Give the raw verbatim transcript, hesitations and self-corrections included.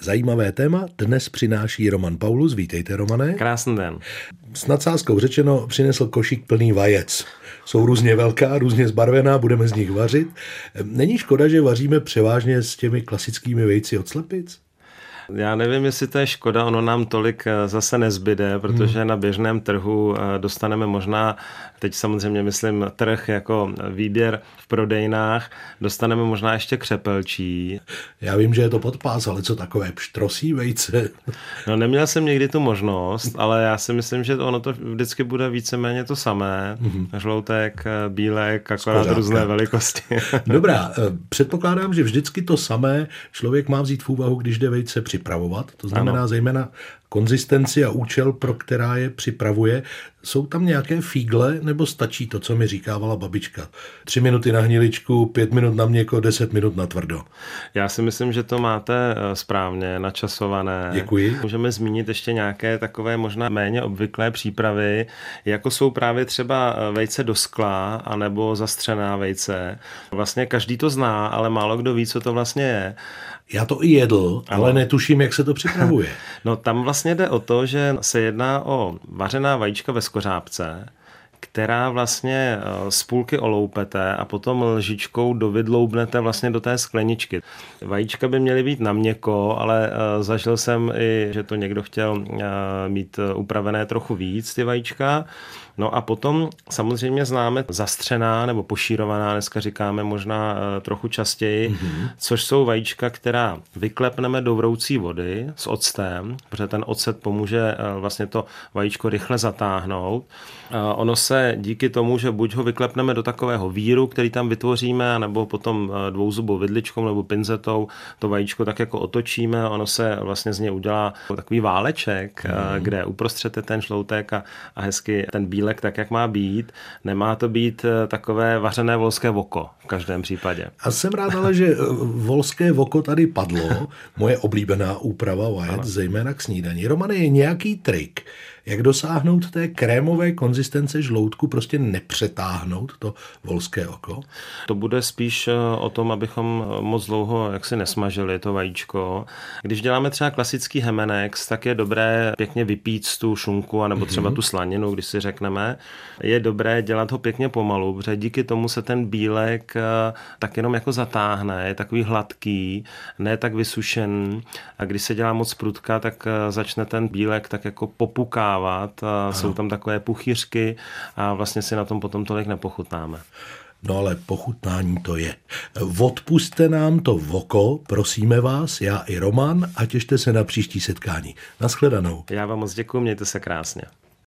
Zajímavé téma dnes přináší Roman Paulus. Vítejte, Romane. Krásný den. S nadsázkou řečeno přinesl košík plný vajec. Jsou různě velká, různě zbarvená, budeme z nich vařit. Není škoda, že vaříme převážně s těmi klasickými vejci od slepic? Já nevím, jestli to je škoda, ono nám tolik zase nezbyde, protože hmm. na běžném trhu dostaneme možná, teď samozřejmě myslím trh jako výběr v prodejnách, dostaneme možná ještě křepelčí. Já vím, že je to podpás, ale co takové pštrosí vejce? No neměl jsem někdy tu možnost, ale já si myslím, že ono to vždycky bude víceméně to samé. Hmm. Žloutek, bílek, akorát Skořátka. Různé velikosti. Dobrá, předpokládám, že vždycky to samé člověk má vzít v úvahu, když jde vejce připravovat, to znamená ano. zejména konzistenci a účel, pro která je připravuje. Jsou tam nějaké fígle, nebo stačí to, co mi říkávala babička? Tři minuty na hniličku, pět minut na měko, deset minut na tvrdo. Já si myslím, že to máte správně načasované. Děkuji. Můžeme zmínit ještě nějaké takové možná méně obvyklé přípravy, jako jsou právě třeba vejce do skla, anebo zastřená vejce. Vlastně každý to zná, ale málo kdo ví, co to vlastně je. Já to i jedl, ale ano. netuším, jak se to připravuje. No tam vlastně jde o to, že se jedná o vařená vajíčka ve skořápce, která vlastně z půlky oloupete a potom lžičkou dovidloubnete vlastně do té skleničky. Vajíčka by měly být na měkko, ale zažil jsem i, že to někdo chtěl mít upravené trochu víc, ty vajíčka. No a potom samozřejmě známe zastřená nebo pošírovaná, dneska říkáme možná trochu častěji, mm-hmm. což jsou vajíčka, která vyklepneme do vroucí vody s octem, protože ten ocet pomůže vlastně to vajíčko rychle zatáhnout. Ono se díky tomu, že buď ho vyklepneme do takového víru, který tam vytvoříme, nebo potom dvouzubou vidličkou nebo pinzetou to vajíčko tak jako otočíme, ono se vlastně z něj udělá takový váleček, mm-hmm. kde uprostřed ten žloutek a, a hezky ten bílek tak, jak má být. Nemá to být takové vařené volské voko v každém případě. A jsem rád, ale že volské voko tady padlo, moje oblíbená úprava vajec, zejména k snídani. Romane, je nějaký trik, jak dosáhnout té krémové konzistence žloutku, prostě nepřetáhnout to volské oko? To bude spíš o tom, abychom moc dlouho jaksi nesmažili to vajíčko. Když děláme třeba klasický hemenex, tak je dobré pěkně vypít tu šunku, anebo třeba mm-hmm. tu slaninu, když si řekneme. Je dobré dělat ho pěkně pomalu, protože díky tomu se ten bílek tak jenom jako zatáhne, je takový hladký, ne tak vysušený. A když se dělá moc prutka, tak začne ten bílek tak jako popukat. A jsou tam takové puchýřky a vlastně si na tom potom tolik nepochutnáme. No ale pochutnání to je. Odpusťte nám to voko, prosíme vás, já i Roman, a těšte se na příští setkání. Naschledanou. Já vám moc děkuji, mějte se krásně.